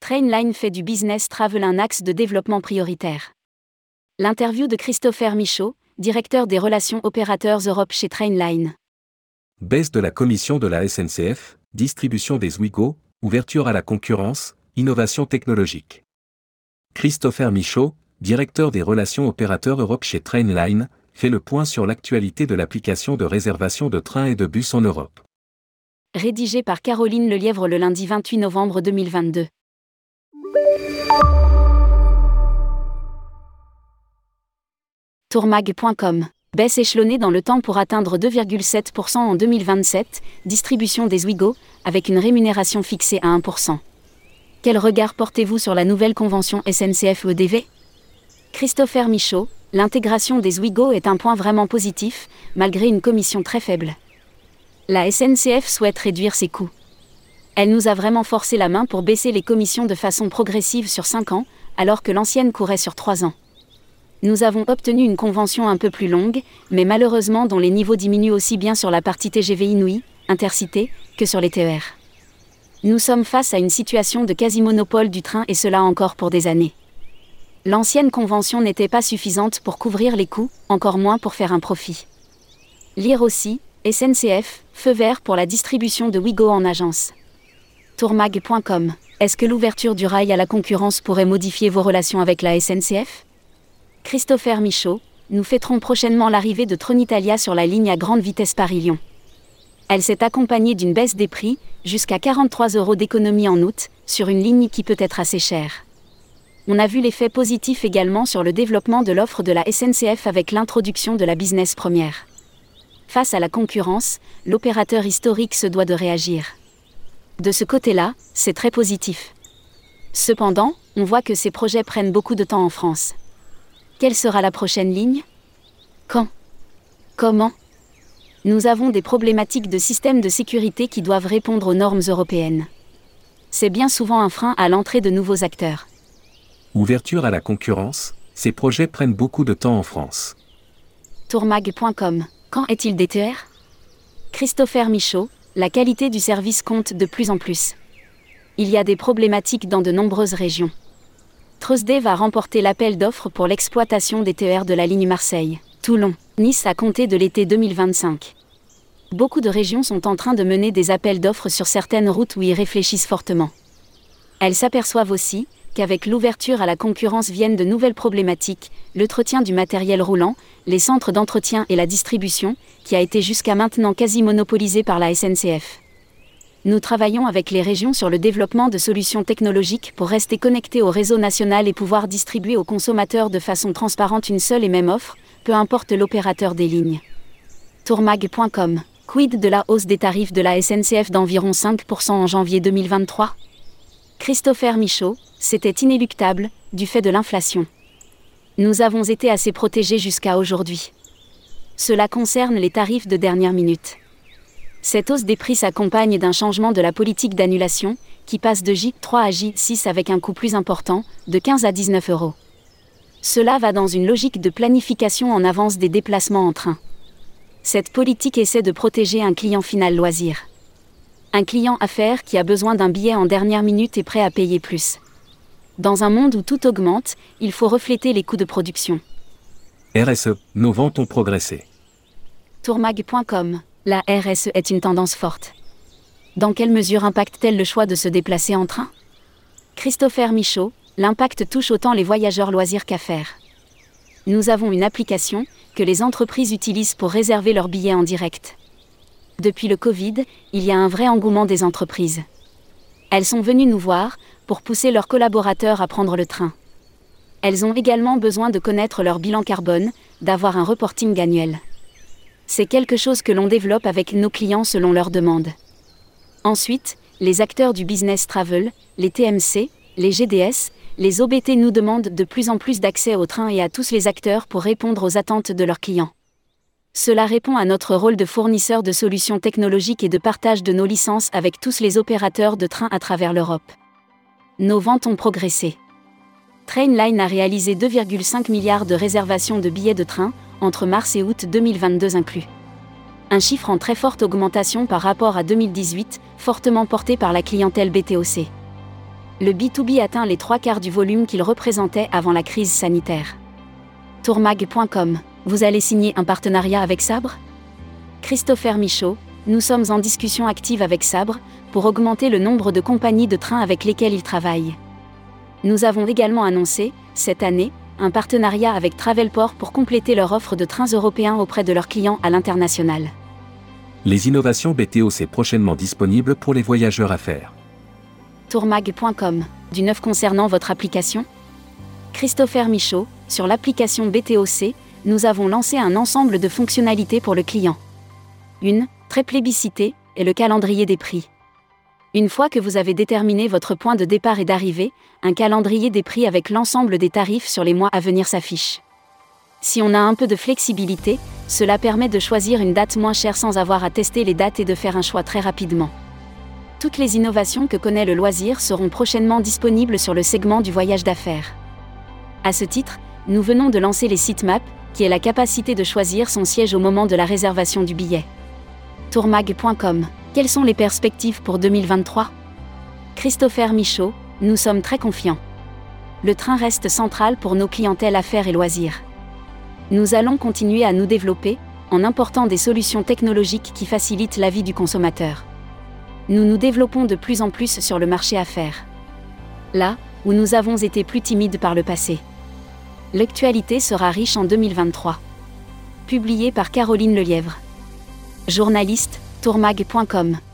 Trainline fait du business travel un axe de développement prioritaire. L'interview de Christopher Michaud, directeur des relations opérateurs Europe chez Trainline. Baisse de la commission de la SNCF, distribution des Ouigo, ouverture à la concurrence, innovation technologique. Christopher Michaud, directeur des relations opérateurs Europe chez Trainline, fait le point sur l'actualité de l'application de réservation de trains et de bus en Europe. Rédigé par Caroline Lelièvre le lundi 28 novembre 2022. Tourmag.com. Baisse échelonnée dans le temps pour atteindre 2,7% en 2027, distribution des Ouigo, avec une rémunération fixée à 1%. Quel regard portez-vous sur la nouvelle convention SNCF-EDV ? Christopher Michaud, l'intégration des Ouigo est un point vraiment positif, malgré une commission très faible. La SNCF souhaite réduire ses coûts. Elle nous a vraiment forcé la main pour baisser les commissions de façon progressive sur 5 ans, alors que l'ancienne courait sur 3 ans. Nous avons obtenu une convention un peu plus longue, mais malheureusement dont les niveaux diminuent aussi bien sur la partie TGV Inouï, Intercité, que sur les TER. Nous sommes face à une situation de quasi-monopole du train et cela encore pour des années. L'ancienne convention n'était pas suffisante pour couvrir les coûts, encore moins pour faire un profit. Lire aussi, SNCF, feu vert pour la distribution de Ouigo en agence. Tourmag.com. Est-ce que l'ouverture du rail à la concurrence pourrait modifier vos relations avec la SNCF ? Christopher Michaud, nous fêterons prochainement l'arrivée de Trenitalia sur la ligne à grande vitesse Paris-Lyon. Elle s'est accompagnée d'une baisse des prix, jusqu'à 43 € d'économie en août, sur une ligne qui peut être assez chère. On a vu l'effet positif également sur le développement de l'offre de la SNCF avec l'introduction de la Business Première. Face à la concurrence, l'opérateur historique se doit de réagir. De ce côté-là, c'est très positif. Cependant, on voit que ces projets prennent beaucoup de temps en France. Quelle sera la prochaine ligne ? Quand ? Comment ? Nous avons des problématiques de système de sécurité qui doivent répondre aux normes européennes. C'est bien souvent un frein à l'entrée de nouveaux acteurs. Ouverture à la concurrence, ces projets prennent beaucoup de temps en France. Tourmag.com. Quand est-il des TER ? Christopher Michaud, la qualité du service compte de plus en plus. Il y a des problématiques dans de nombreuses régions. Trusday va remporter l'appel d'offres pour l'exploitation des TER de la ligne Marseille-Toulon-Nice à compter de l'été 2025. Beaucoup de régions sont en train de mener des appels d'offres sur certaines routes où ils réfléchissent fortement. Elles s'aperçoivent aussi qu'avec l'ouverture à la concurrence viennent de nouvelles problématiques, l'entretien du matériel roulant, les centres d'entretien et la distribution, qui a été jusqu'à maintenant quasi monopolisé par la SNCF. Nous travaillons avec les régions sur le développement de solutions technologiques pour rester connectés au réseau national et pouvoir distribuer aux consommateurs de façon transparente une seule et même offre, peu importe l'opérateur des lignes. Tourmag.com. Quid de la hausse des tarifs de la SNCF d'environ 5% en janvier 2023 ? Christopher Michaud, c'était inéluctable, du fait de l'inflation. Nous avons été assez protégés jusqu'à aujourd'hui. Cela concerne les tarifs de dernière minute. Cette hausse des prix s'accompagne d'un changement de la politique d'annulation, qui passe de J3 à J6 avec un coût plus important, de 15 à 19 €. Cela va dans une logique de planification en avance des déplacements en train. Cette politique essaie de protéger un client final loisir. Un client affaires qui a besoin d'un billet en dernière minute est prêt à payer plus. Dans un monde où tout augmente, il faut refléter les coûts de production. RSE, nos ventes ont progressé. Tourmag.com. La RSE est une tendance forte. Dans quelle mesure impacte-t-elle le choix de se déplacer en train ? Christopher Michaud, l'impact touche autant les voyageurs loisirs qu'affaires. Nous avons une application que les entreprises utilisent pour réserver leurs billets en direct. Depuis le Covid, il y a un vrai engouement des entreprises. Elles sont venues nous voir pour pousser leurs collaborateurs à prendre le train. Elles ont également besoin de connaître leur bilan carbone, d'avoir un reporting annuel. C'est quelque chose que l'on développe avec nos clients selon leurs demandes. Ensuite, les acteurs du business travel, les TMC, les GDS, les OBT nous demandent de plus en plus d'accès au train et à tous les acteurs pour répondre aux attentes de leurs clients. Cela répond à notre rôle de fournisseur de solutions technologiques et de partage de nos licences avec tous les opérateurs de train à travers l'Europe. Nos ventes ont progressé. Trainline a réalisé 2,5 milliards de réservations de billets de train, entre mars et août 2022 inclus. Un chiffre en très forte augmentation par rapport à 2018, fortement porté par la clientèle BTOC. Le B2B atteint les 3/4 du volume qu'il représentait avant la crise sanitaire. Tourmag.com. Vous allez signer un partenariat avec Sabre ? Christopher Michaud, nous sommes en discussion active avec Sabre pour augmenter le nombre de compagnies de trains avec lesquelles ils travaillent. Nous avons également annoncé, cette année, un partenariat avec Travelport pour compléter leur offre de trains européens auprès de leurs clients à l'international. Les innovations BTOC prochainement disponibles pour les voyageurs à faire. Tourmag.com. Du neuf concernant votre application ? Christopher Michaud, sur l'application BTOC, nous avons lancé un ensemble de fonctionnalités pour le client. Une, très plébiscitée, est le calendrier des prix. Une fois que vous avez déterminé votre point de départ et d'arrivée, un calendrier des prix avec l'ensemble des tarifs sur les mois à venir s'affiche. Si on a un peu de flexibilité, cela permet de choisir une date moins chère sans avoir à tester les dates et de faire un choix très rapidement. Toutes les innovations que connaît le loisir seront prochainement disponibles sur le segment du voyage d'affaires. À ce titre, nous venons de lancer les sitemaps, qui est la capacité de choisir son siège au moment de la réservation du billet. Tourmag.com. Quelles sont les perspectives pour 2023 ? Christopher Michaud, nous sommes très confiants. Le train reste central pour nos clientèles affaires et loisirs. Nous allons continuer à nous développer, en important des solutions technologiques qui facilitent la vie du consommateur. Nous nous développons de plus en plus sur le marché affaires. Là, où nous avons été plus timides par le passé. L'actualité sera riche en 2023. Publié par Caroline Lelièvre. Journaliste, tourmag.com.